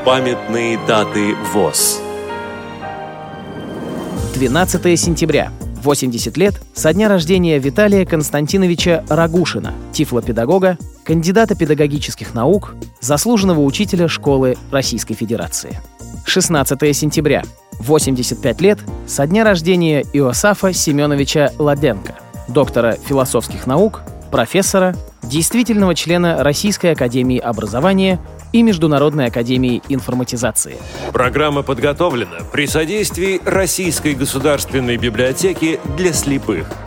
Памятные даты ВОС. 12 сентября. 80 лет со дня рождения Виталия Константиновича Рагушина, тифлопедагога, кандидата педагогических наук, заслуженного учителя школы Российской Федерации. 16 сентября. 85 лет со дня рождения Иосафа Семеновича Ладенко, доктора философских наук, профессора, действительного члена Российской академии образования и Международной академии информатизации. Программа подготовлена при содействии Российской государственной библиотеки для слепых.